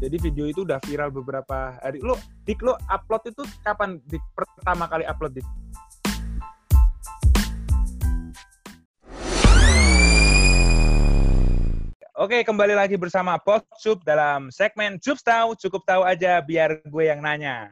Jadi video itu udah viral beberapa hari. Lo upload itu kapan? Pertama kali upload, Dik? Oke, kembali lagi bersama Podsup dalam segmen Cup Tahu, cukup tahu aja biar gue yang nanya.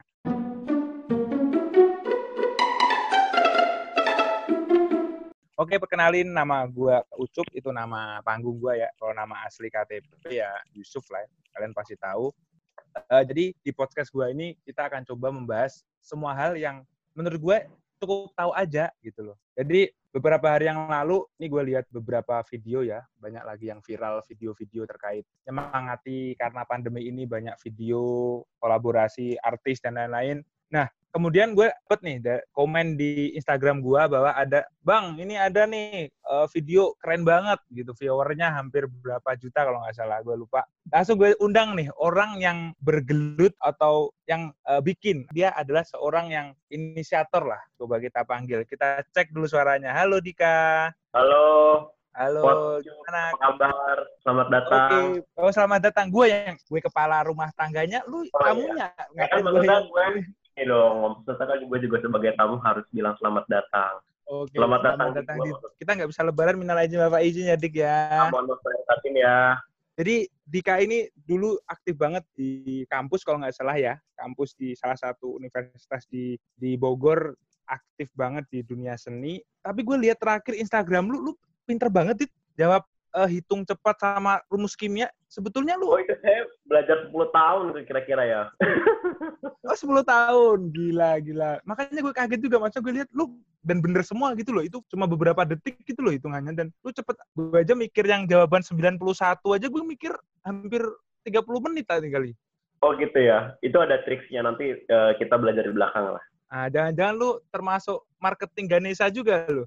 Oke, perkenalin, nama gue Ucup, itu nama panggung gue ya. Kalau nama asli KTP ya Yusuf lah, kalian pasti tahu. Jadi di podcast gue ini kita akan coba membahas semua hal yang menurut gue cukup tahu aja gitu loh. Jadi beberapa hari yang lalu, ini gue lihat beberapa video ya, banyak lagi yang viral video-video terkait menyemangati karena pandemi ini, banyak video kolaborasi artis dan lain-lain. Nah, kemudian gue dapet nih komen di Instagram gue bahwa ada, Bang, ini ada nih video keren banget gitu, viewernya hampir berapa juta kalau nggak salah, gue lupa. Langsung gue undang nih orang yang bergelut atau yang bikin. Dia adalah seorang yang inisiator lah, coba kita panggil. Kita cek dulu suaranya. Halo Dika. Halo. Halo, gimana? Apa kabar? Selamat datang. Oke. Oh, selamat datang. Gue kepala rumah tangganya, kamunya. Iya. Kan maksudnya gue ini dong, maksudnya kan gue juga sebagai tamu harus bilang selamat datang. Oke, selamat datang. Kita nggak bisa lebaran, minal aizin Bapak izin ya, Dik ya. Mohon maaf ya. Jadi Dika ini dulu aktif banget di kampus kalau nggak salah ya, kampus di salah satu universitas di Bogor, aktif banget di dunia seni. Tapi gue lihat terakhir Instagram lu pinter banget, Dit, jawab hitung cepat sama rumus kimia. Sebetulnya lu... Oh, itu saya belajar 10 tahun kira-kira ya. Oh, 10 tahun. Gila. Makanya gue kaget juga. Maksudnya gue lihat lu dan bener semua gitu loh. Itu cuma beberapa detik gitu loh hitungannya. Dan lu cepet. Gue aja mikir yang jawaban 91 aja gue mikir hampir 30 menit tadi kali. Oh gitu ya. Itu ada triksnya. Nanti kita belajar di belakang lah. Jangan-jangan lu termasuk marketing Ganesha juga lu.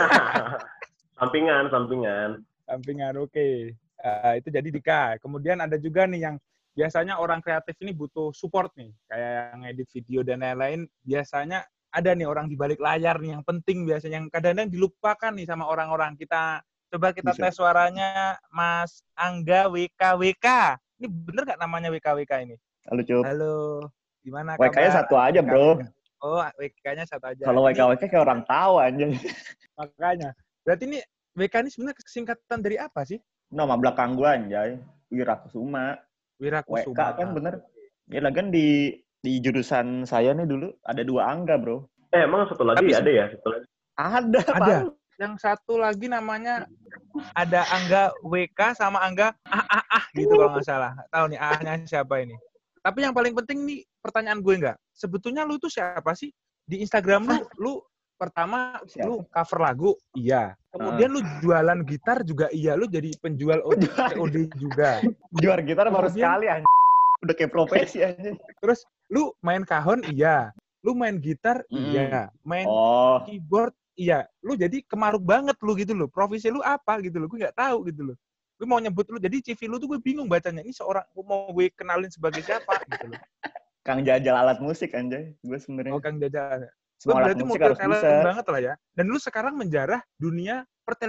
Sampingan, oke. Itu jadi Dika. Kemudian ada juga nih yang biasanya orang kreatif ini butuh support nih, kayak yang edit video dan lain-lain. Biasanya ada nih orang di balik layar nih yang penting biasanya, yang kadang-kadang dilupakan nih sama orang-orang. Kita tes suaranya Mas Angga WKWK. Ini bener nggak namanya WKWK ini? Halo, Cup. Halo. Gimana kabar? WK-nya satu aja, Bro. Oh, WK-nya satu aja. Kalau WKWK kayak orang tahu aja. Makanya. Berarti ini WK ini sebenarnya singkatan dari apa sih? Nama belakang gua anjay. Wirakusuma. WK kan bener. Ya lagi di jurusan saya nih dulu ada 2 angga, Bro. Emang satu lagi ada ya? Ada. Yang satu lagi namanya ada Angga WK sama Angga gitu kalau nggak salah. Tahu nih A-nya siapa ini. Tapi yang paling penting nih pertanyaan gue nggak. Sebetulnya lu tuh siapa sih? Di Instagram lu pertama lu cover lagu, iya. Kemudian lu jualan gitar juga, iya. Lu jadi penjual COD juga. Jual gitar baru sekali anjing. Udah kayak profesi anjing. Terus lu main kahon, iya. Lu main gitar, iya. Main keyboard, iya. Lu jadi kemaruk banget lu gitu loh. Profesi lu apa gitu loh. Gue nggak tahu gitu loh. Gue mau nyebut lu, jadi CV lu tuh gue bingung bacanya. Ini seorang, mau gue kenalin sebagai siapa gitu loh. Kang jajal alat musik anjay. Gue sebenarnya. Oh, Kang jajal. Lu berarti multi talent banget lah ya. Dan lu sekarang menjarah dunia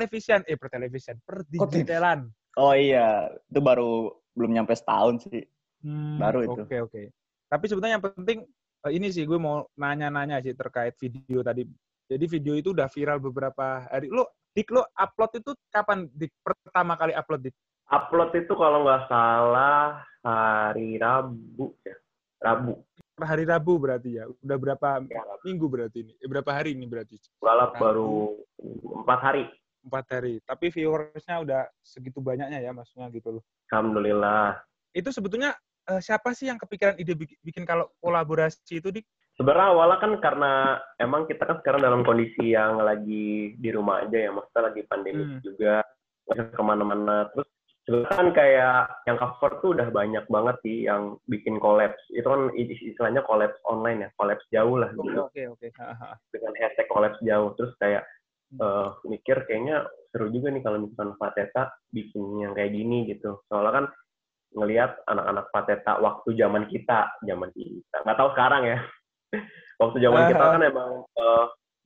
perdigitalan. Oh iya, itu belum nyampe setahun sih. Baru itu. Oke. Tapi sebenarnya yang penting ini sih gue mau nanya-nanya sih terkait video tadi. Jadi video itu udah viral beberapa hari. Lu upload itu kapan, Dik? Pertama kali upload, Dik? Upload itu kalau nggak salah hari Rabu ya. Hari Rabu berarti ya. Udah berapa minggu berarti ini? Berapa hari ini berarti? Baru 4 hari. 4 hari. Tapi viewersnya udah segitu banyaknya ya, maksudnya gitu loh. Alhamdulillah. Itu sebetulnya siapa sih yang kepikiran ide bikin kalau kolaborasi itu, Dik? Sebenarnya awalnya kan karena emang kita kan sekarang dalam kondisi yang lagi di rumah aja ya, maksudnya lagi pandemi juga, nggak kemana-mana. Terus sebenarnya kan kayak yang cover tuh udah banyak banget sih yang bikin collabs. Itu kan istilahnya collabs online ya, collabs jauh lah gitu. Oke. Dengan hashtag collabs jauh. Terus kayak mikir kayaknya seru juga nih kalau misalkan Fateta bikin yang kayak gini gitu. Soalnya kan ngelihat anak-anak Fateta waktu zaman kita. Nggak tahu sekarang ya. Waktu zaman kita kan emang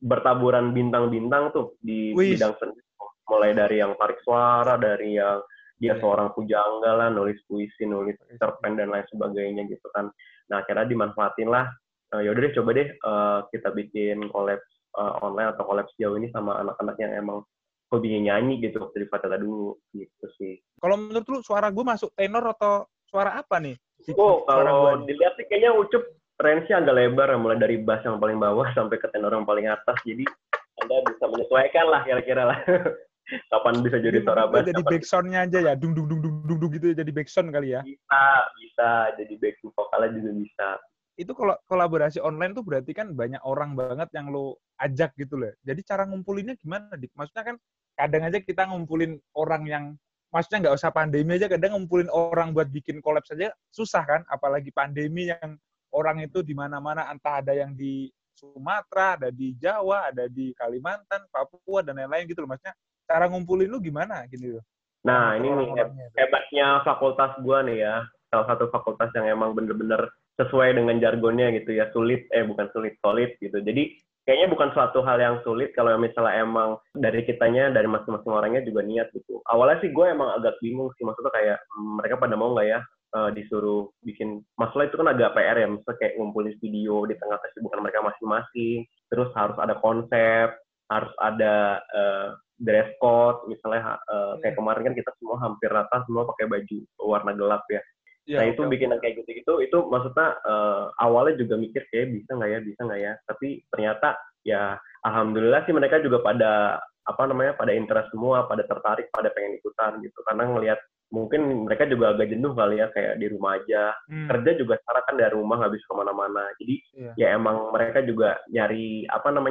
bertaburan bintang-bintang tuh di bidang seni. Mulai dari yang tarik suara, dari yang dia seorang pujangga lah, nulis puisi, nulis cerpen dan lain sebagainya gitu kan. Nah akhirnya dimanfaatin lah, yaudah deh coba deh kita bikin collab online atau collab sejauh ini sama anak-anak yang emang hobinya nyanyi gitu waktu di Fatela dulu gitu sih. Kalau menurut lu suara gue masuk tenor atau suara apa nih? Kalau dilihat sih kayaknya Ucup range-nya agak lebar, mulai dari bass yang paling bawah sampai ke tenor yang paling atas. Jadi Anda bisa menyesuaikan lah kira-kira lah. Kapan bisa jadi suara bass? Jadi backsound-nya aja ya, dung gitu jadi backsound kali ya? Bisa jadi backing vokalnya juga bisa. Itu kalau kolaborasi online tuh berarti kan banyak orang banget yang lo ajak gitu loh. Jadi cara ngumpulinnya gimana, Dik? Maksudnya kan kadang aja kita ngumpulin orang yang, maksudnya nggak usah pandemi aja, kadang ngumpulin orang buat bikin collab saja susah kan? Apalagi pandemi yang orang itu di mana-mana, entah ada yang di Sumatera, ada di Jawa, ada di Kalimantan, Papua, dan lain-lain gitu loh. Maksudnya cara ngumpulin lu gimana gitu loh. Nah, ini nih hebatnya fakultas gua nih ya. Salah satu fakultas yang emang bener-bener sesuai dengan jargonnya gitu ya, solid gitu. Jadi kayaknya bukan suatu hal yang sulit kalau misalnya emang dari kitanya, dari masing-masing orangnya juga niat gitu. Awalnya sih gue emang agak bingung sih, maksudnya kayak mereka pada mau nggak ya disuruh bikin, masalah itu kan agak PR ya, misalnya kayak ngumpulin video di tengah kesibukan mereka masing-masing, terus harus ada konsep, harus ada dress code, misalnya kayak kemarin kan kita semua hampir rata semua pakai baju warna gelap ya. Nah itu bikinan kayak gitu-gitu, itu maksudnya awalnya juga mikir kayak bisa nggak ya, tapi ternyata ya alhamdulillah sih mereka juga pada pada interest semua, pada tertarik, pada pengen ikutan gitu, karena ngelihat mungkin mereka juga agak jenuh kali ya, kayak di rumah aja, kerja juga sekarang kan dari rumah nggak bisa kemana-mana, jadi ya emang mereka juga nyari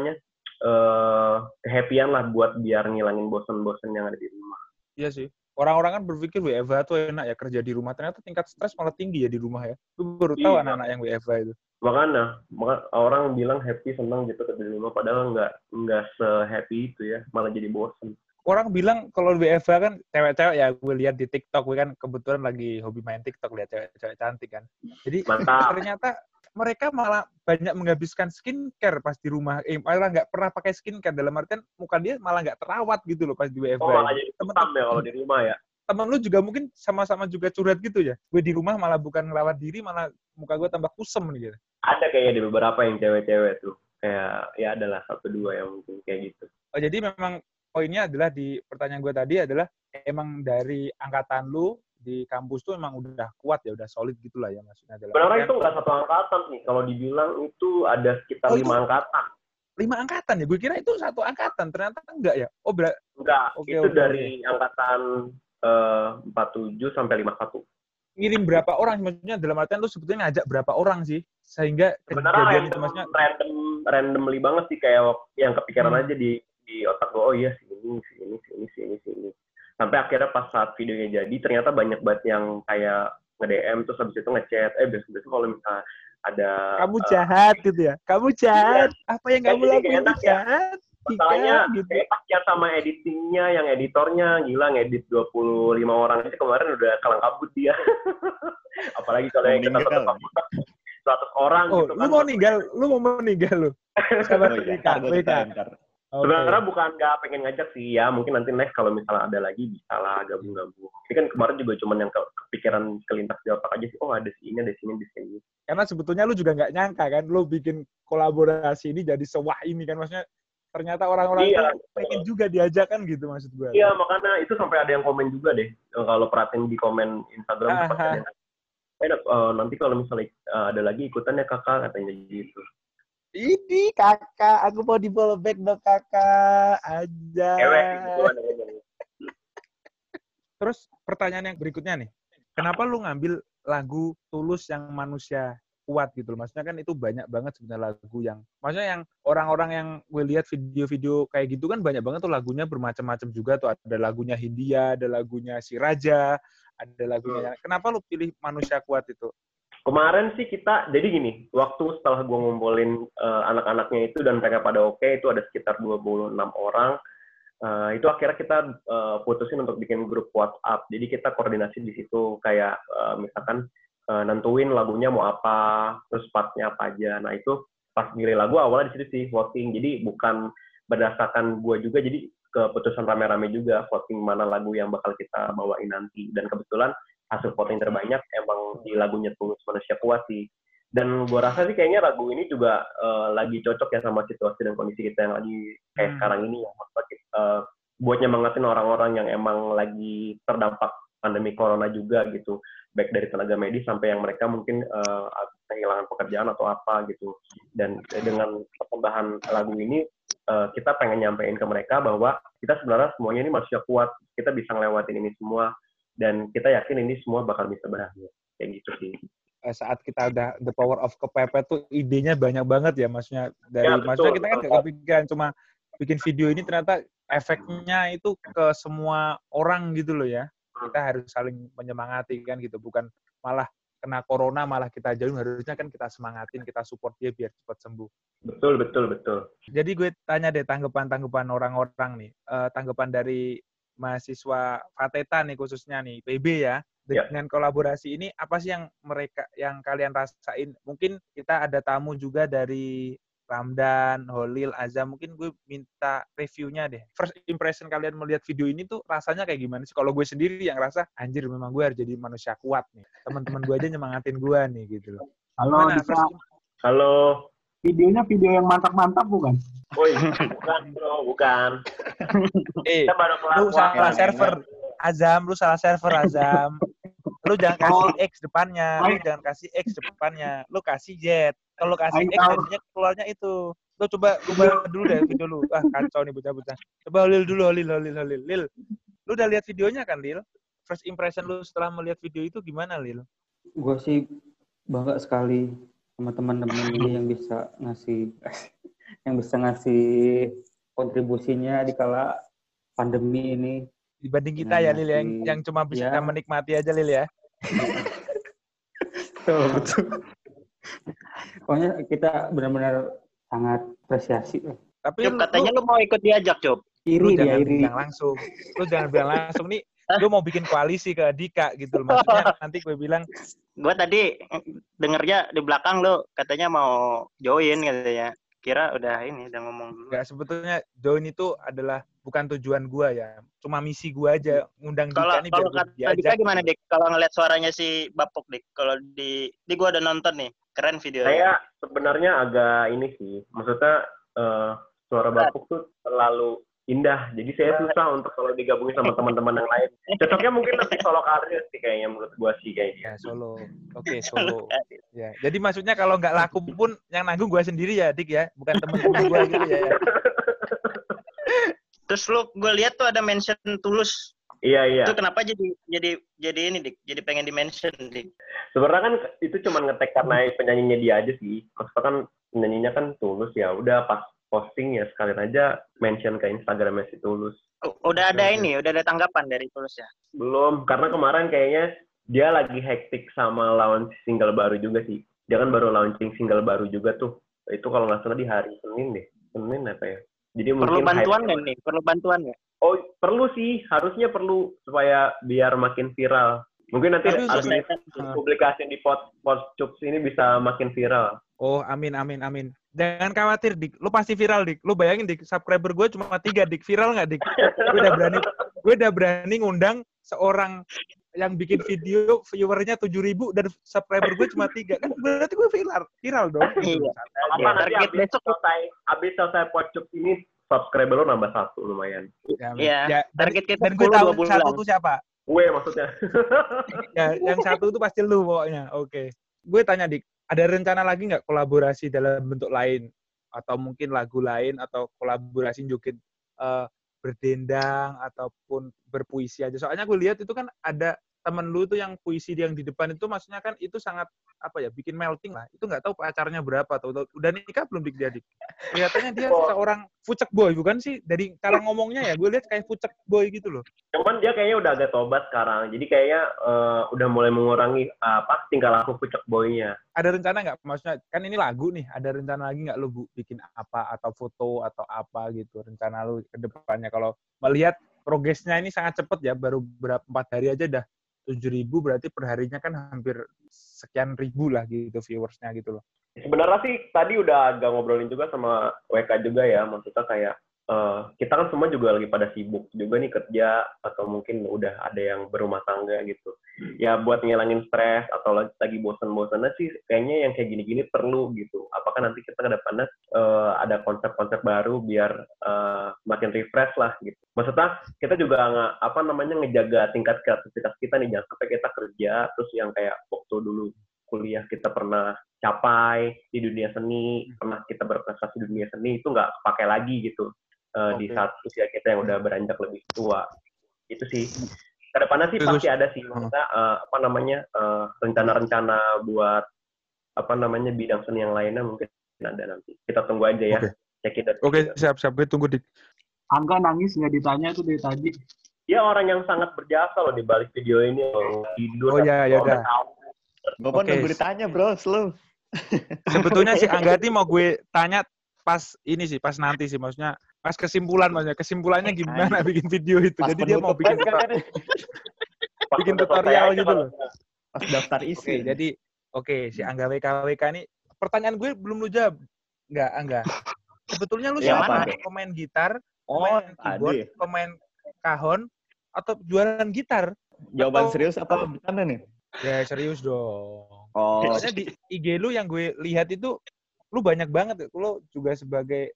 kehappyan lah buat biar ngilangin bosen-bosen yang ada di rumah. Iya sih. Orang-orang kan berpikir WFH tuh enak ya, kerja di rumah. Ternyata tingkat stres malah tinggi ya di rumah ya. Lu baru tahu anak-anak yang WFH itu. Makanya orang bilang happy, senang gitu kerja di rumah, padahal nggak se-happy itu ya, malah jadi bosen. Orang bilang kalau WFH kan cewek-cewek ya, gue lihat di TikTok, gue kan kebetulan lagi hobi main TikTok, lihat cewek-cewek cantik kan. Jadi ternyata mereka malah banyak menghabiskan skincare pas di rumah. Malah nggak pernah pakai skincare, dalam artian muka dia malah nggak terawat gitu loh pas di WFH. Malah jadi hitam ya kalau di rumah ya. Temen lu juga mungkin sama-sama juga curhat gitu ya? Gue di rumah malah bukan ngelawat diri, malah muka gue tambah kusem gitu. Ada kayaknya di beberapa yang cewek-cewek tuh. Kayak ya adalah 1-2 yang mungkin kayak gitu. Oh jadi memang poinnya adalah di pertanyaan gue tadi adalah emang dari angkatan lu di kampus tuh emang udah kuat ya, udah solid gitulah ya maksudnya. Sebenarnya itu nggak satu angkatan nih. Kalau dibilang itu ada sekitar 5 angkatan. 5 angkatan ya? Gue kira itu satu angkatan. Ternyata enggak ya? Oh, enggak. Itu dari angkatan 47 sampai 51. Ngirim berapa orang? Maksudnya dalam artian lu sebetulnya ngajak berapa orang sih? Sehingga kejadian itu maksudnya randomly banget sih, kayak yang kepikiran aja di otak gue, oh iya sini. Sampai akhirnya pas saat videonya jadi, ternyata banyak banget yang kayak nge-DM, terus habis itu ngechat, besok kalau misalnya ada... Kamu jahat gitu ya? Kamu jahat? Iya. Apa yang kamu lakuin jahat? Masalahnya gitu. Kayak pakai sama editingnya, yang editornya, gila ngedit 25 orang aja kemarin udah kalang kabut dia. Apalagi kalau yang kita tetap 100 orang gitu kan. Lu mau meninggal lu? Sabar nikah. Sebenarnya bukan nggak pengen ngajak sih ya, mungkin nanti next kalau misalnya ada lagi bisa lah gabung-gabung. Ini kan kemarin juga cuman yang kepikiran kelintas di otak aja sih, oh ada sini, ada sini. Karena sebetulnya lu juga nggak nyangka kan, lu bikin kolaborasi ini jadi sewah ini kan, maksudnya ternyata orang-orang pengen juga diajak kan gitu maksud gue. Iya, makanya itu sampai ada yang komen juga deh, kalau perhatiin di komen Instagram pasti ada yang nanti kalau misalnya ada lagi ikutannya kakak, katanya gitu. Ini kakak, aku mau di follow back dong kakak aja. Terus pertanyaan yang berikutnya nih, kenapa lu ngambil lagu Tulus yang Manusia Kuat gitu loh? Maksudnya kan itu banyak banget sebenarnya lagu yang, maksudnya yang orang-orang yang gue lihat video-video kayak gitu kan banyak banget tuh lagunya bermacam-macam juga tuh, ada lagunya Hindia, ada lagunya Si Raja, ada lagunya kenapa lu pilih Manusia Kuat itu? Kemarin sih kita, jadi gini, waktu setelah gue ngumpulin anak-anaknya itu dan mereka pada oke, itu ada sekitar 26 orang, itu akhirnya kita putusin untuk bikin grup WhatsApp. Jadi kita koordinasi di situ, kayak misalkan nentuin lagunya mau apa, terus partnya apa aja. Nah itu pas milih lagu awalnya di situ sih voting, jadi bukan berdasarkan gue juga, jadi keputusan rame-rame juga voting mana lagu yang bakal kita bawain nanti. Dan kebetulan hasil voting terbanyak emang di lagunya Tulus Manusia Kuat sih. Dan gue rasa sih kayaknya lagu ini juga lagi cocok ya sama situasi dan kondisi kita yang lagi kayak sekarang ini ya. Buat nyemangatin orang-orang yang emang lagi terdampak pandemi corona juga gitu, baik dari tenaga medis sampai yang mereka mungkin kehilangan pekerjaan atau apa gitu. Dan dengan persembahan lagu ini kita pengen nyampein ke mereka bahwa kita sebenarnya semuanya ini manusia kuat, kita bisa ngelewatin ini semua, dan kita yakin ini semua bakal bisa berakhir. Kayak gitu sih. Saat kita udah the power of kepepet tuh idenya banyak banget ya, maksudnya dari ya, betul, maksudnya kita kan gak kepikiran cuma bikin video ini, ternyata efeknya itu ke semua orang gitu loh ya. Kita harus saling menyemangati kan gitu, bukan malah kena corona malah kita jauhin, harusnya kan kita semangatin, kita support dia biar cepat sembuh. Betul. Jadi gue tanya deh tanggapan orang-orang nih, tanggapan dari mahasiswa Fateta nih khususnya nih, PB ya, dengan kolaborasi ini apa sih yang kalian rasain? Mungkin kita ada tamu juga dari Ramdan, Holil, Azam, mungkin gue minta reviewnya deh. First impression kalian melihat video ini tuh rasanya kayak gimana sih? Kalau gue sendiri yang rasa, anjir memang gue harus jadi manusia kuat nih. Teman-teman gue aja nyemangatin gue nih gitu loh. Halo. Videonya video yang mantap-mantap bukan? Woi, bukan. Lu salah server. Azam, lu salah server, Azam. Lu jangan kasih X depannya, lu kasih Z. Kalau kasih X jadinya keluarnya itu. Lu coba ubah dulu deh video lu. Kacau nih bocah-bocah. Coba Holil dulu, Holil. Lil, lu udah lihat videonya kan, Lil? First impression lu setelah melihat video itu gimana, Lil? Gue sih bangga sekali sama teman-teman ini yang bisa ngasih kontribusinya di kala pandemi ini. Dibanding kita ya, Lil, yang cuma bisa menikmati aja, Lil ya. Betul. Pokoknya kita benar-benar sangat apresiasi. Tapi katanya lu mau ikut diajak, Cob. Lu jangan bilang langsung nih. Gue mau bikin koalisi ke Dika gitu loh. Maksudnya nanti gue bilang. Gue tadi dengernya di belakang lu katanya mau join katanya. Kira udah ngomong dulu. Enggak, sebetulnya join itu adalah bukan tujuan gue ya. Cuma misi gue aja. Ngundang Dika nih biar gue diajak. Kalau Dika gimana, Dik? Kalau ngeliat suaranya si Bapuk, Dik. Kalau di gue udah nonton nih. Keren videonya. Saya sebenarnya agak ini sih. Maksudnya suara Bapuk tuh terlalu indah. Jadi saya susah untuk kalau digabungin sama teman-teman yang lain. Cocoknya mungkin lebih solo karir sih kayaknya menurut gua sih kayaknya. Ya, solo. Oke, solo. Ya. Jadi maksudnya kalau nggak laku pun yang nanggung gua sendiri ya, Dik ya. Bukan teman-teman gua gitu ya. Terus gue lihat tuh ada mention Tulus. Iya. Itu kenapa jadi ini, Dik? Jadi pengen di-mention, Dik. Sebenarnya kan itu cuma ngetek karena penyanyinya dia aja sih. Maksudnya kan penyanyinya kan Tulus ya. Udah pas posting ya sekalian aja mention ke Instagramnya si Tulus. Udah ada tanggapan dari Tulus ya? Belum, karena kemarin kayaknya dia lagi hektik sama launch single baru juga sih. Dia kan baru launching single baru juga tuh. Itu kalau nggak salah di hari Senin deh. Senin apa ya? Jadi perlu bantuan nggak nih? Perlu bantuan nggak? Oh, perlu sih. Harusnya perlu supaya biar makin viral. Mungkin nanti publikasi di Podcups ini bisa makin viral. Oh, amin. Jangan khawatir, Dik. Lu pasti viral, Dik. Lu bayangin, Dik, subscriber gue cuma 3, Dik. Viral nggak, Dik? Gue udah berani ngundang seorang yang bikin video viewernya 7.000 dan subscriber gue cuma 3. Kan berarti gue viral dong. Iya. Apa nanti abis selesai Podcups ini subscriber lo nambah 1 lumayan. Iya. Target kita dan gue tahu satu tuh siapa. Gue maksudnya. Ya, yang satu tuh pasti lu pokoknya. Oke. Gue tanya, Dik, ada rencana lagi nggak kolaborasi dalam bentuk lain? Atau mungkin lagu lain, atau kolaborasi joget berdendang, ataupun berpuisi aja. Soalnya gue lihat itu kan ada temen lu tuh yang puisi yang di depan itu, maksudnya kan itu sangat, bikin melting lah. Itu nggak tahu pacarnya berapa, atau udah nikah belum, Dik, jadi. Kelihatannya dia seorang fucek boy, bukan sih? Dari cara ngomongnya ya, gue lihat kayak fucek boy gitu loh. Cuman dia kayaknya udah agak tobat sekarang. Jadi kayaknya udah mulai mengurangi tingkah laku fucek boy-nya. Ada rencana nggak? Maksudnya kan ini lagu nih, ada rencana lagi nggak lu bikin apa, atau foto, atau apa gitu? Rencana lu ke depannya kalau melihat progresnya ini sangat cepet ya, baru 4 hari aja udah 7.000, berarti perharinya kan hampir sekian ribu lah gitu viewersnya gitu loh. Sebenarnya sih tadi udah agak ngobrolin juga sama WK juga ya, maksudnya kayak kita kan semua juga lagi pada sibuk juga nih kerja atau mungkin udah ada yang berumah tangga gitu. Ya buat ngilangin stres atau lagi bosan-bosannya sih kayaknya yang kayak gini-gini perlu gitu. Apakah nanti kita ke depannya ada konsep-konsep baru biar makin refresh lah gitu. Maksudnya kita juga ngejaga tingkat kreativitas kita nih, jangan sampai kita kerja terus yang kayak waktu dulu kuliah kita pernah capai di dunia seni, pernah kita berprestasi di dunia seni itu nggak pakai lagi gitu. Di saat usia kita yang udah beranjak lebih tua. Itu sih. Kedepannya sih pasti ada sih. Maksudnya, rencana-rencana buat, bidang seni yang lainnya mungkin ada nanti. Kita tunggu aja ya. Oke, siap. Gue tunggu, Dik. Angga nangis nggak ditanya tuh dari tadi. Dia orang yang sangat berjasa loh di balik video ini. Tidur. Oh iya, ya udah. Bapak nunggu ditanya, bro. Slow. Sebetulnya si Anggati mau gue tanya pas nanti sih, maksudnya pas kesimpulannya gimana bikin video itu. Pas jadi dia mau bikin tutorial gitu loh. Pas daftar isi. Jadi si Angga WK ini pertanyaan gue belum lu jawab. Enggak. Sebetulnya lu siapa? Pemain gitar, pemain keyboard, pemain kahon, atau jualan gitar? Jawaban serius apa bercanda nih? Ya serius dong. Soalnya di IG lu yang gue lihat itu lu banyak banget, lu juga sebagai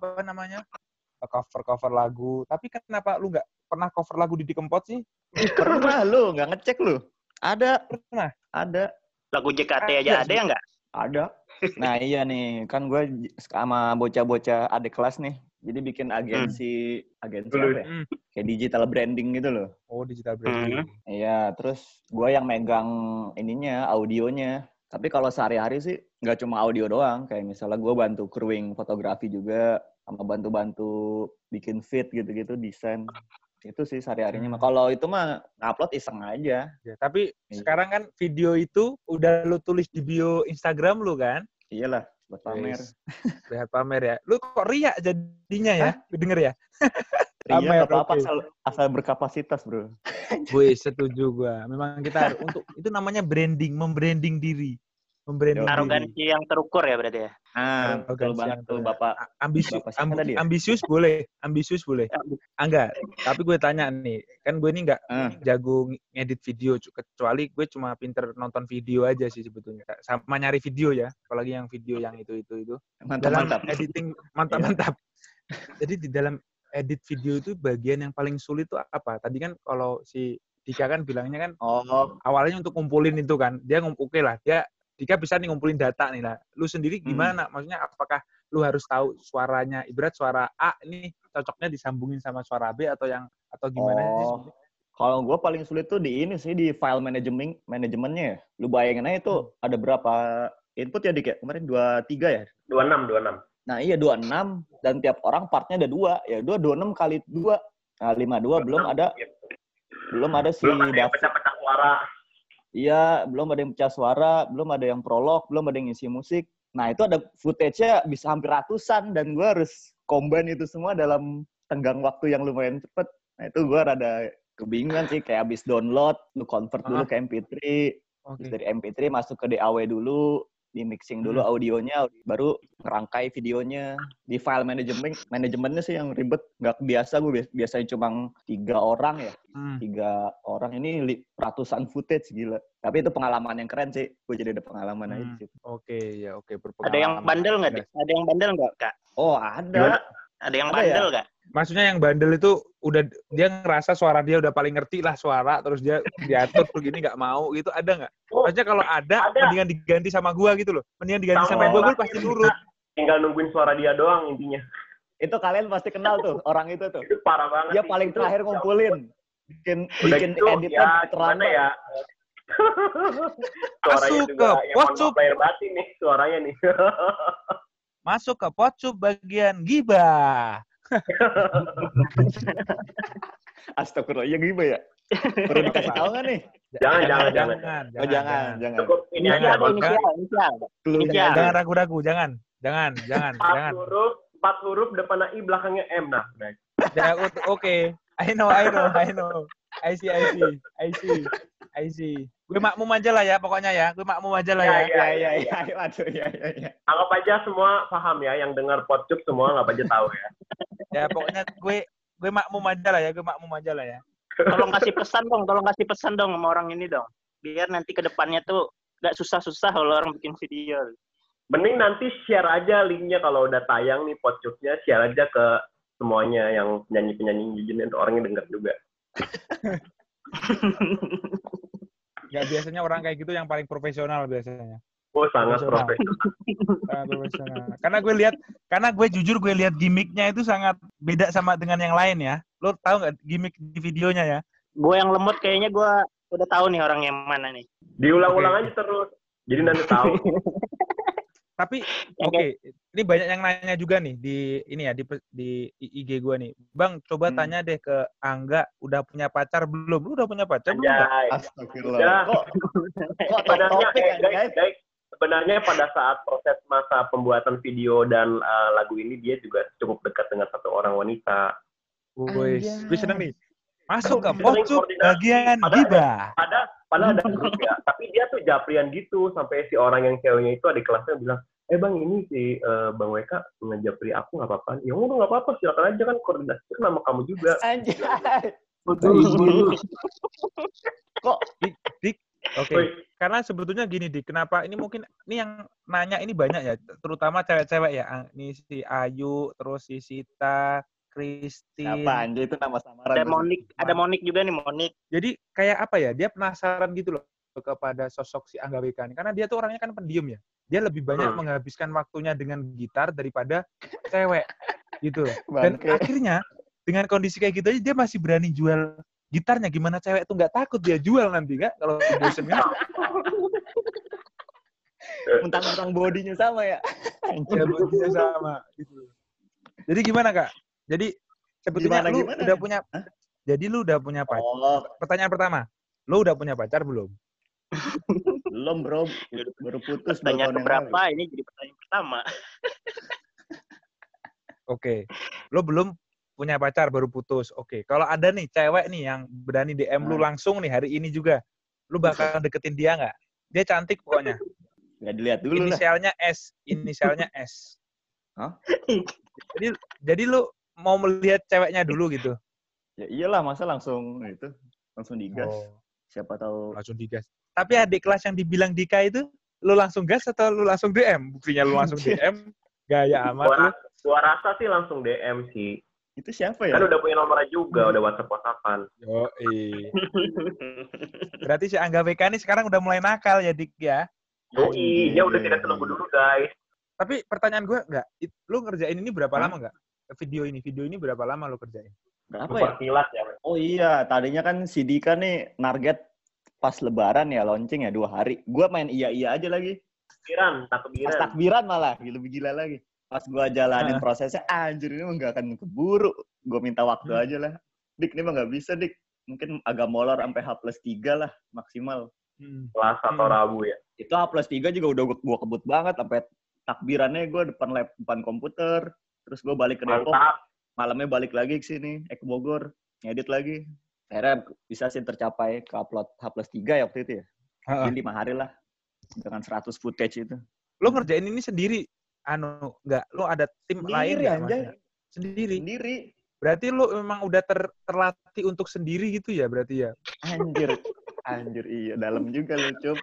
cover lagu. Tapi kenapa lu nggak pernah cover lagu Didi Kempot sih? Pernah lu, nggak ngecek lu? Ada. Pernah. Ada. Lagu JKT aja ada ya nggak? Ada. Nah iya nih, kan gue sama bocah-bocah adik kelas nih. Jadi bikin agensi apa ya? Kayak digital branding gitu loh. Oh, digital branding. Iya, terus gue yang megang audionya. Tapi kalau sehari-hari sih nggak cuma audio doang. Kayak misalnya gue bantu crewing fotografi juga, sama bantu-bantu bikin feed gitu-gitu, desain. Itu sih sehari-harinya. Kalau itu mah ngupload iseng aja. Ya, tapi sekarang kan video itu udah lu tulis di bio Instagram lu kan? Iyalah, buat pamer. Lihat pamer ya. Lu kok riak jadinya ya? Denger ya? Ria apa-apa asal berkapasitas, bro. Gue setuju gue. Memang kita untuk itu namanya branding, membranding diri. Arogansi yang terukur ya berarti ya. Betul banget tuh Bapak. Ambisius boleh. Enggak. Tapi gue tanya nih, kan gue ini enggak jago ngedit video, kecuali gue cuma pinter nonton video aja sih sebetulnya. Sama nyari video ya, apalagi yang video yang itu. Mantap. Editing mantap. Jadi di dalam edit video itu bagian yang paling sulit itu apa? Tadi kan kalau si Dika kan bilangnya kan awalnya untuk ngumpulin itu kan. Dia Dika bisa nih ngumpulin data nih lah. Lu sendiri gimana? Maksudnya apakah lu harus tahu suaranya, ibarat suara A ini cocoknya disambungin sama suara B atau gimana sih? Kalau gue paling sulit tuh di file manajemennya ya. Lu bayangin aja itu ada berapa input ya Dik ya? Kemarin 23 ya? 26. Nah iya 26 dan tiap orang partnya ada 2. Ya 26 kali 2. Nah 52 belum ada si belum ada yang pecah-pecah suara. Iya, belum ada yang pecah suara, belum ada yang prolog, belum ada yang ngisi musik. Nah itu ada footage-nya bisa hampir ratusan dan gue harus combine itu semua dalam tenggang waktu yang lumayan cepet. Nah itu gue rada kebingungan sih, kayak abis download, lu convert dulu ke MP3, terus dari MP3 masuk ke DAW dulu, di mixing dulu audionya, baru ngerangkai videonya. Di file manajemennya sih yang ribet. Nggak biasa, gue biasanya cuma 3 orang ya. 3 orang, ini ratusan footage, gila. Tapi itu pengalaman yang keren sih. Gue jadi ada pengalaman aja di situ. Oke. Ada yang bandel nggak, Dik? Ada yang bandel nggak, Kak? Oh, ada. Ada yang bandel nggak? Maksudnya yang bandel itu udah dia ngerasa suara dia udah paling ngerti lah suara, terus dia diatur begini nggak mau gitu, ada nggak? Maksudnya kalau ada, mendingan diganti sama gua gitu loh. Mendingan diganti sama gua pasti nurut. Tinggal nungguin suara dia doang intinya. Itu kalian pasti kenal tuh orang itu tuh. Itu parah banget. Dia paling terakhir ngumpulin. Bikin editan terlambat ya. Suaranya juga yang player batin nih suaranya nih. Masuk ke Potsup bagian gibah. Astagfirullah, ya gibah ya? Perlu dikasih tahu nggak nih? Jangan. Jangan. Cukup ini aja. Inisial. Jangan ragu-ragu, jangan. 4 huruf depan I belakangnya M. Nah. Ya, oke. I know. I see. Gue makmum aja lah ya pokoknya ya. Gue makmum aja lah ya. Iya. Waduh, iya. Anggap aja semua paham ya, yang dengar podcast semua anggap aja tahu ya. Ya pokoknya gue makmum aja lah ya. Gue makmum aja lah ya. Tolong kasih pesan dong sama orang ini dong. Biar nanti ke depannya tuh gak susah-susah kalau orang bikin video. Mending nanti share aja linknya kalau udah tayang nih podcastnya, share aja ke semuanya yang penyanyi-penyanyi jujur untuk orangnya dengar juga. Ya biasanya orang kayak gitu yang paling profesional biasanya. Oh, sangat profesional. Sangat profesional. Karena gue jujur gue lihat gimmicknya itu sangat beda sama dengan yang lain ya. Lo tahu nggak gimmick di videonya ya? Gue yang lemot kayaknya gue udah tahu nih orang yang mana nih. Diulang-ulang aja terus. Jadi nanti tahu. Tapi ini banyak yang nanya juga nih di IG gue nih. Bang, coba tanya deh ke Angga, udah punya pacar belum? Lu udah punya pacar belum? Astagfirullah. Kok sebenarnya pada saat proses masa pembuatan video dan lagu ini dia juga cukup dekat dengan satu orang wanita. Woi, gue seneng nih. Masuk ke pojok bagian gibah. Padahal ada grup ya, tapi dia tuh japrian gitu sampai si orang yang ceweknya itu adik kelasnya bilang, bang ini si Bang Weka ngejapri aku nggak apa-apa. Ya udah nggak apa-apa, silakan aja kan koordinasi sama kamu juga. Anjay. Kok Dik? Oke. Karena sebetulnya gini Dik, kenapa ini mungkin ini yang nanya ini banyak ya, terutama cewek-cewek ya. Ini si Ayu, terus si Sita, Christine. Apa anjir itu nama samaran? Ada Monik juga nih, Monik. Jadi kayak apa ya? Dia penasaran gitu loh kepada sosok si Angga Weka ini. Karena dia tuh orangnya kan pendiam ya. Dia lebih banyak menghabiskan waktunya dengan gitar daripada cewek gitu. Dan akhirnya dengan kondisi kayak gitu aja dia masih berani jual gitarnya. Gimana cewek tuh nggak takut dia jual nanti nggak kalau bosen kan? Mentang-mentang bodinya sama ya. Ya bodinya sama gitu. Jadi gimana Kak? Jadi sebetulnya lu udah punya Jadi lu udah punya pacar. Pertanyaan pertama, lu udah punya pacar belum? Belum, Bro. Baru putus. Pertanyaan keberapa? Ini jadi pertanyaan pertama. Oke. Lu belum punya pacar, baru putus. Oke. Kalau ada nih cewek nih yang berani DM lu langsung nih hari ini juga, lu bakal deketin dia nggak? Dia cantik pokoknya. Nggak dilihat dulu Inisialnya S. Hah? Jadi lu mau melihat ceweknya dulu gitu? Ya iyalah, masa langsung digas. Oh. Siapa tahu. Langsung digas. Tapi adik kelas yang dibilang Dika itu, lu langsung gas atau lu langsung DM? Buktinya lu langsung DM, gaya amat. Gua rasa sih langsung DM sih. Itu siapa ya? Kan udah punya nomornya juga, udah WhatsApp-WhatsAppan. Yoi. Berarti si Angga Weka ini sekarang udah mulai nakal ya, Dik ya? Yoi, dia udah tidak menunggu dulu, guys. Tapi pertanyaan gue, lu ngerjain ini berapa lama nggak? Video ini berapa lama lu kerjain? Berapa ya? Kilat ya. Oh iya, tadinya kan si Dika nih target pas lebaran ya, launching ya 2 hari. Gue main iya aja lagi. Takbiran. Pas takbiran malah, lebih gila lagi. Pas gue jalanin prosesnya, anjir ini mah nggak akan keburu. Gue minta waktu aja lah. Dik, ini mah nggak bisa, Dik. Mungkin agak molor sampai H+3 lah maksimal. Selasa atau Rabu ya. Itu H+3 juga udah gue kebut banget. Sampai takbirannya gue depan komputer. Terus gue balik ke Depok. Malamnya balik lagi ke sini, ke Bogor. Ngedit lagi. Akhirnya bisa sih tercapai ke upload H+3 ya waktu itu ya. Jadi 5 hari lah. Dengan 100 footage itu. Lo ngerjain ini sendiri? Enggak. Lo ada tim lain nggak? Sendiri. Berarti lo memang udah terlatih untuk sendiri gitu ya berarti ya? Anjir, iya. Dalam juga lo, Cup.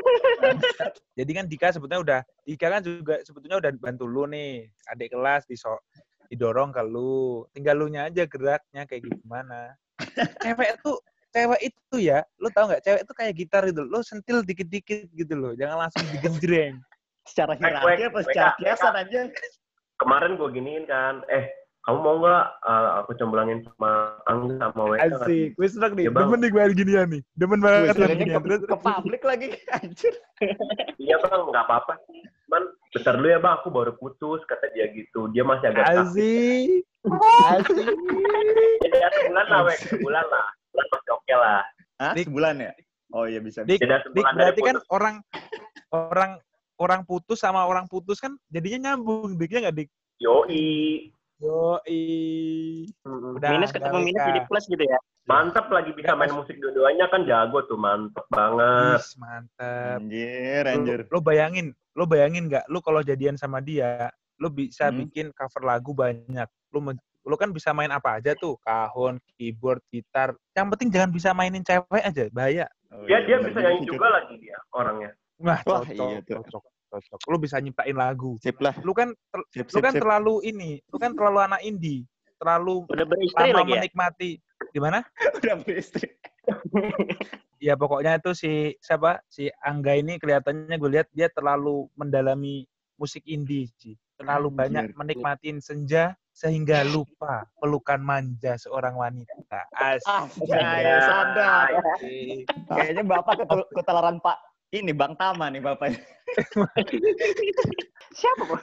Jadi kan Dika kan juga sebetulnya udah bantu lo nih. Adik kelas didorong ke lu. Tinggal lu nya aja geraknya kayak gimana. Cewek itu ya, lo tau nggak? Cewek itu kayak gitar itu, lo sentil dikit-dikit gitu loh, jangan langsung digenjreng. Secara hierarki apa secara kiasan aja? Kemarin gue giniin kan, kamu mau nggak aku cemblangin sama Angga sama Weka? Asik, gue seneng nih, demen nih gue ginian nih, demen banget ginian. Ke publik lagi, anjir. Iya bang, nggak apa-apa. Cuman bentar dulu ya bang, aku baru putus, kata dia gitu. Dia masih agak asik. Jadi sebulan lah, sebulan lah. Sebulan masih oke lah. Hah? Sebulan ya? Oh iya bisa. Dik, berarti kan orang putus sama orang putus kan jadinya nyambung, Dik, ya nggak Dik? Yoi. Udah, minus ketemu minus jadi plus gitu ya? Mantap lagi bisa main musik dua-duanya kan jago tuh, mantep banget. Mantap. Anjir. Lo bayangin nggak? Lo kalau jadian sama dia, lo bisa bikin cover lagu banyak. Lo kan bisa main apa aja tuh, kahon, keyboard, gitar. Yang penting jangan bisa mainin cewek aja, bahaya. Dia bisa nyanyi juga lagi dia orangnya. Wah, iya tuh. cocok. Lo bisa nyiptain lagu. Sip lah. Lu kan terlalu anak indie, terlalu udah beristri lama lagi ya? menikmati. Gimana? Udah beristri. Ya pokoknya itu si Angga ini kelihatannya gue lihat dia terlalu mendalami musik indie sih. Terlalu banyak menikmatin senja sehingga lupa pelukan manja seorang wanita. Saya sadar. Kayaknya Bapak ketularan Pak ini Bang Tama nih Bapak. Siapa Bang?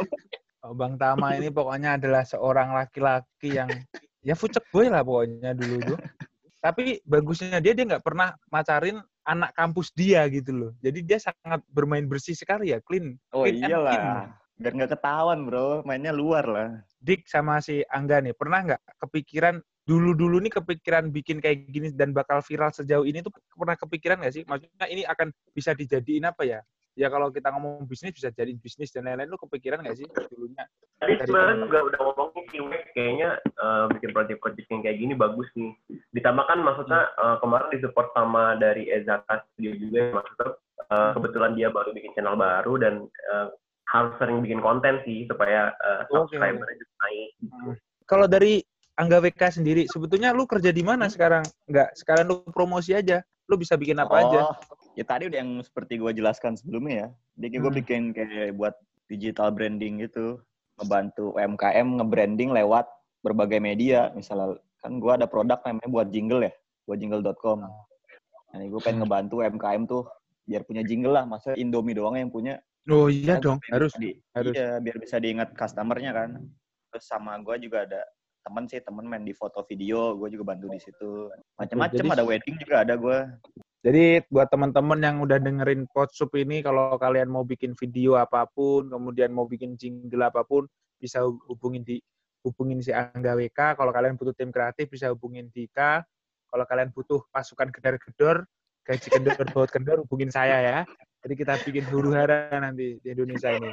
Bang Tama ini pokoknya adalah seorang laki-laki yang ya fucek boy lah pokoknya dulu tuh. Tapi bagusnya dia nggak pernah macarin anak kampus dia gitu loh. Jadi dia sangat bermain bersih sekali ya, clean. Oh clean iyalah, biar nggak ketahuan bro, mainnya luar lah. Dik sama si Angga nih, pernah nggak kepikiran dulu nih kepikiran bikin kayak gini dan bakal viral sejauh ini tuh pernah kepikiran nggak sih? Maksudnya ini akan bisa dijadiin apa ya? Ya kalau kita ngomong bisnis bisa jadi bisnis dan lain-lain, lu kepikiran nggak sih dulunya? Tadi sebenarnya juga udah ngomongin sih, kayaknya bikin project-project yang kayak gini bagus nih. Ditambah kan maksudnya kemarin disupport sama dari Ezaka Studio juga, maksudnya kebetulan dia baru bikin channel baru dan harus sering bikin konten sih supaya subscriber-nya juga naik. Gitu. Kalau dari Angga WK sendiri, sebetulnya lu kerja di mana sekarang? Nggak, sekarang lu promosi aja. Lu bisa bikin apa aja? Ya tadi udah yang seperti gue jelaskan sebelumnya ya. Jadi gue bikin kayak buat digital branding gitu. Ngebantu UMKM nge-branding lewat berbagai media. Misalnya kan gue ada produk namanya buat jingle ya. Buat jingle.com. Nah gue pengen ngebantu UMKM tuh biar punya jingle lah. Masa Indomie doang yang punya. Oh iya dong, harus. Iya, biar bisa diingat customer-nya kan. Terus sama gue juga ada temen main di foto video, gue juga bantu di situ. Macam-macam, ada wedding juga ada gue. Jadi buat teman-teman yang udah dengerin Podsup ini, kalau kalian mau bikin video apapun, kemudian mau bikin jingle apapun, bisa hubungin si Angga WK. Kalau kalian butuh tim kreatif, bisa hubungin Dika. Kalau kalian butuh pasukan gedor-gedor, gaji kendor, baut kendor, hubungin saya ya. Jadi kita bikin huru-hara nanti di Indonesia ini.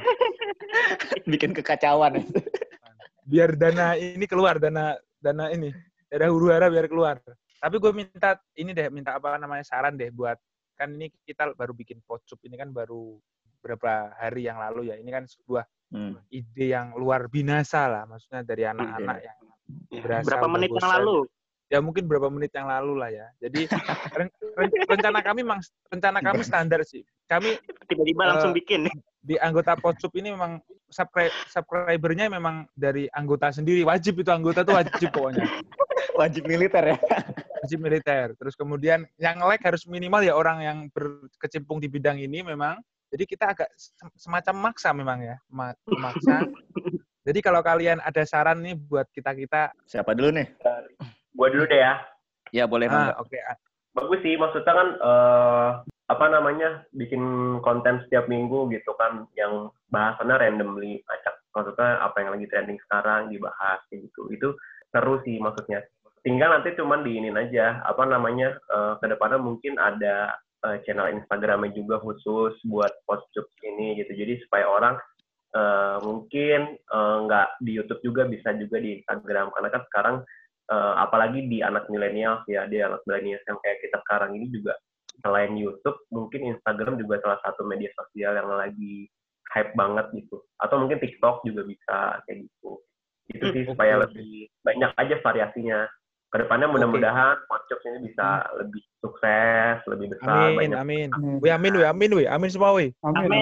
Bikin kekacauan. Biar dana ini keluar, dana huru-hara biar keluar. Tapi gue minta saran deh buat, kan ini kita baru bikin Podsup ini kan baru beberapa hari yang lalu ya. Ini kan sebuah ide yang luar binasa lah, maksudnya dari anak-anak yang berasal berapa menit yang lalu? Ya mungkin berapa menit yang lalu lah ya. Jadi rencana kami standar sih. Kami tiba-tiba langsung bikin. Di anggota Podsup ini memang subscribernya memang dari anggota sendiri. Wajib itu, anggota tuh wajib pokoknya. Wajib militer ya? Wajib militer. Terus kemudian yang like harus minimal ya orang yang berkecimpung di bidang ini memang. Jadi kita agak semacam maksa memang ya. Maksa. Jadi kalau kalian ada saran nih buat kita-kita. Siapa dulu nih? Gua dulu deh ya. Ya boleh. Oke. Bagus sih, maksudnya kan bikin konten setiap minggu gitu kan, yang bahasannya randomly acak, maksudnya apa yang lagi trending sekarang dibahas gitu. Itu seru sih maksudnya. Tinggal nanti cuman diinin aja kedepannya mungkin ada channel Instagramnya juga khusus buat Podsup ini gitu. Jadi supaya orang mungkin nggak di YouTube juga, bisa juga di Instagram, karena kan sekarang apalagi di anak milenial ya, di anak milenial yang kayak kita sekarang ini juga, selain YouTube mungkin Instagram juga salah satu media sosial yang lagi hype banget gitu, atau mungkin TikTok juga bisa kayak gitu. Itu sih supaya lebih banyak aja variasinya. Kedepannya mudah-mudahan Podsup ini bisa lebih sukses, lebih besar. Amin. Amin semua weh.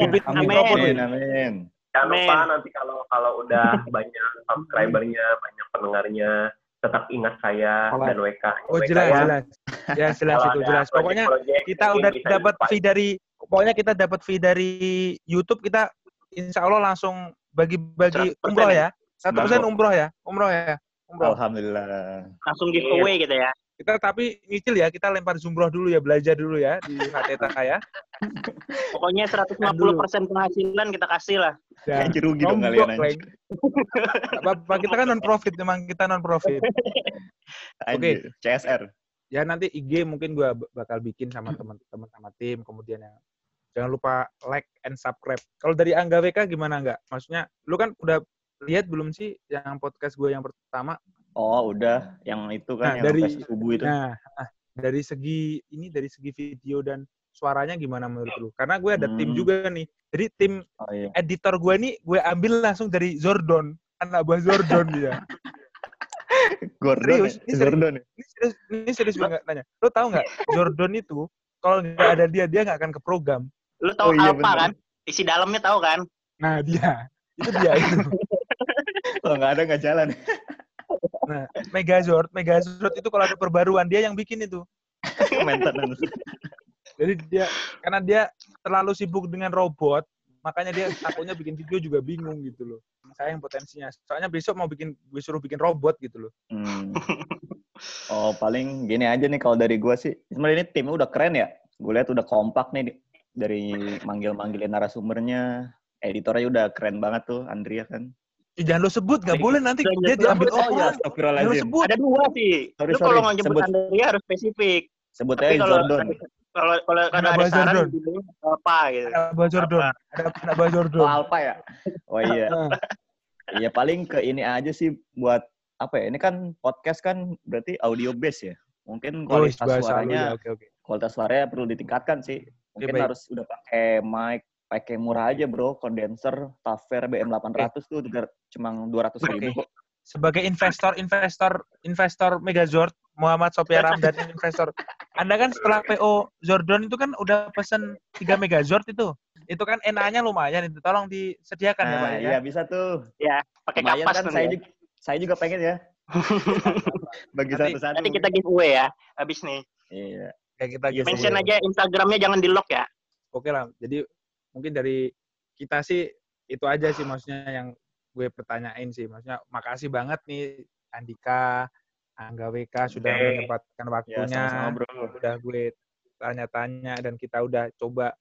Amin. Jangan lupa nanti kalau udah banyak subscribernya, banyak pendengarnya, tetap ingat saya dan WK. Oh jelas. Ya jelas itu jelas. Pokoknya kita udah dapat fee dari YouTube, kita insya Allah langsung bagi-bagi umroh ya. 100% umroh ya. Alhamdulillah. Langsung giveaway gitu ya. Kita tapi nyicil ya, kita lempar jumroh dulu ya, belajar dulu ya di Hateta ya. Pokoknya 150% penghasilan kita kasih lah. Ya, rugi dong kalian anjir. Apa kita kan non-profit, memang kita non-profit. Oke. CSR. ya nanti IG mungkin gue bakal bikin sama teman-teman sama tim. Kemudian yang jangan lupa like and subscribe. Kalau dari Angga WK gimana nggak? Maksudnya, lu kan udah lihat belum sih yang podcast gue yang pertama? Oh, udah. Yang itu kan, yang dari sampai subuh itu. Nah, dari segi video dan suaranya gimana menurut lu? Karena gue ada tim juga nih. Jadi tim editor gue nih, gue ambil langsung dari Zordon. Anak buah Zordon dia. Gordon. Ini serius gue nggak tanya. Lu tahu nggak, Zordon itu, kalau nggak ada dia nggak akan ke program. Lu tahu Alpha kan? Isi dalamnya tahu kan? Nah, itu dia itu. Kalau nggak ada nggak jalan. Nah, Megazord itu kalau ada perbaruan dia yang bikin itu. Maintenance. Jadi karena dia terlalu sibuk dengan robot, makanya dia takutnya bikin video juga bingung gitu loh. Saya yang potensinya. Soalnya besok gue suruh bikin robot gitu loh. Oh, paling gini aja nih kalau dari gue sih. Sebenarnya ini timnya udah keren ya. Gue lihat udah kompak nih. Dari manggil-manggilin narasumbernya, editornya udah keren banget tuh, Andrea kan. Jangan lo sebut, nggak boleh nanti dia diambil orang. Ya, astagfirullahaladzim. Ada 2 sih. Lu kalau mau nyebut Andrea harus spesifik. Sebut aja Jordan. Kalau ada saran apa gitu. Ada Jordan. Ada Jordan. Oh, Alpha ya? Oh iya. Iya, paling ke ini aja sih buat apa ya? Ini kan podcast kan berarti audio base ya. Mungkin kualitas suaranya kualitas suaranya perlu ditingkatkan sih. Mungkin harus udah pakai mic, pakai murah aja bro, kondenser, Taver BM800 tuh cuma 200.000 kok. Sebagai investor Megazord, Muhammad Sopya Ramdan investor. Anda kan setelah PO Zordon itu kan udah pesen 3 Megazord itu. Itu kan NA-nya lumayan itu. Tolong disediakan ya Pak ya. Iya bisa tuh. Ya, pakai kapas kan saya juga pengen ya. Bagi satu-satu. Nanti kita giveaway ya habis nih. Iya. Kita mention aja Instagramnya, jangan di-lock ya. Oke lah. Jadi mungkin dari kita sih itu aja sih maksudnya yang gue pertanyain sih. Maksudnya makasih banget nih Andika, Angga WK sudah menyempatkan waktunya. Ya, sama-sama, bro. Udah gue tanya-tanya dan kita udah coba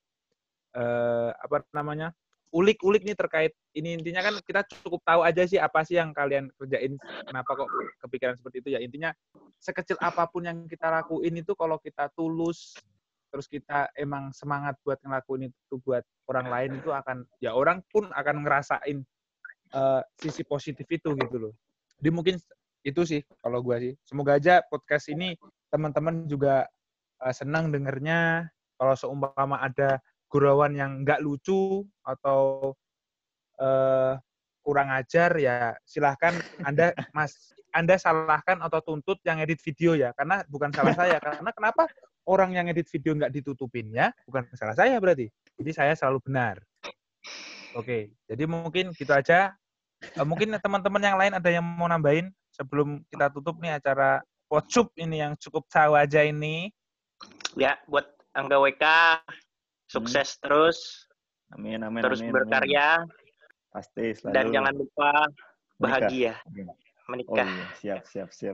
ulik-ulik nih terkait ini. Intinya kan kita cukup tahu aja sih apa sih yang kalian kerjain, kenapa kok kepikiran seperti itu ya. Intinya sekecil apapun yang kita lakuin itu kalau kita tulus, terus kita emang semangat buat ngelakuin itu buat orang lain, itu akan, ya orang pun akan ngerasain sisi positif itu gitu loh. Jadi mungkin itu sih kalau gue sih. Semoga aja podcast ini teman-teman juga senang dengernya. Kalau seumpama ada gurauan yang nggak lucu atau kurang ajar ya silahkan Anda salahkan atau tuntut yang edit video ya, karena bukan salah saya. Karena kenapa orang yang edit video nggak ditutupin ya, bukan salah saya berarti. Jadi saya selalu benar. Oke, jadi mungkin gitu aja. Mungkin teman-teman yang lain ada yang mau nambahin sebelum kita tutup nih acara Podsup ini yang cukup tahu aja ini. Ya, buat Angga WK sukses terus. Amin. Terus berkarya. Pasti selalu. Dan jangan lupa bahagia. Menikah. Oh iya, siap.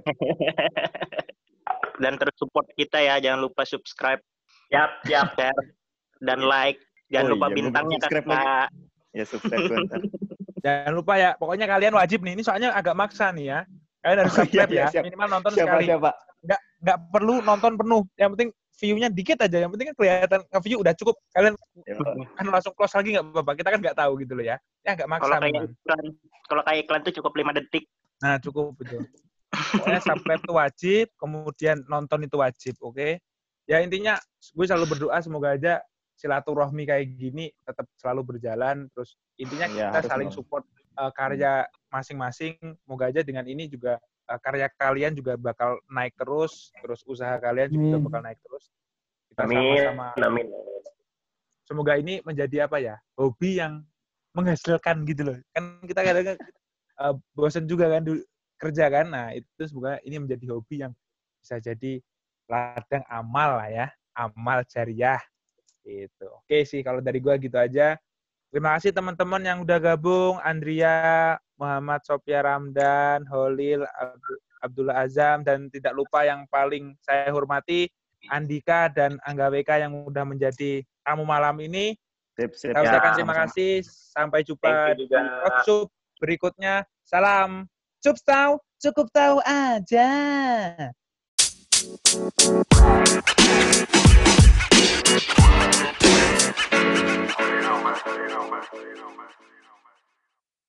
Dan terus support kita ya, jangan lupa subscribe. Siap. Share dan like. Jangan lupa bintangnya Kak. Ya, subscribe gue ntar. Jangan lupa ya, pokoknya kalian wajib nih. Ini soalnya agak maksa nih ya. Kalian harus subscribe ya. Siap. Minimal nonton sekali. Siapa? Nggak perlu nonton penuh. Yang penting view-nya dikit aja. Yang penting kan kelihatan nge-view udah cukup. Kalian kan langsung close lagi nggak apa-apa. Kita kan nggak tahu gitu loh ya. Ya nggak maksa. Kalau kayak iklan tuh cukup 5 detik. Nah cukup betul. Pokoknya subscribe itu wajib. Kemudian nonton itu wajib. Oke? Ya intinya gue selalu berdoa semoga aja silaturahmi kayak gini tetap selalu berjalan. Terus intinya kita saling support karya masing-masing. Semoga aja dengan ini juga karya kalian juga bakal naik terus usaha kalian juga bakal naik terus. Kita sama-sama. Amin. Semoga ini menjadi apa ya, hobi yang menghasilkan gitu loh. Kan kita kadang-kadang bosan juga kan kerja kan. Nah itu semoga ini menjadi hobi yang bisa jadi ladang amal lah ya, amal jariah. Gitu. Oke sih, kalau dari gue gitu aja. Terima kasih teman-teman yang udah gabung. Andrea, Muhammad Sopya Ramdan, Holil, Abdullah Azam, dan tidak lupa yang paling saya hormati, Andika dan Angga WK yang udah menjadi tamu malam ini. Saya ucapkan terima kasih. Sampai jumpa di Podsup berikutnya. Salam. Cukup tahu aja. You know, man.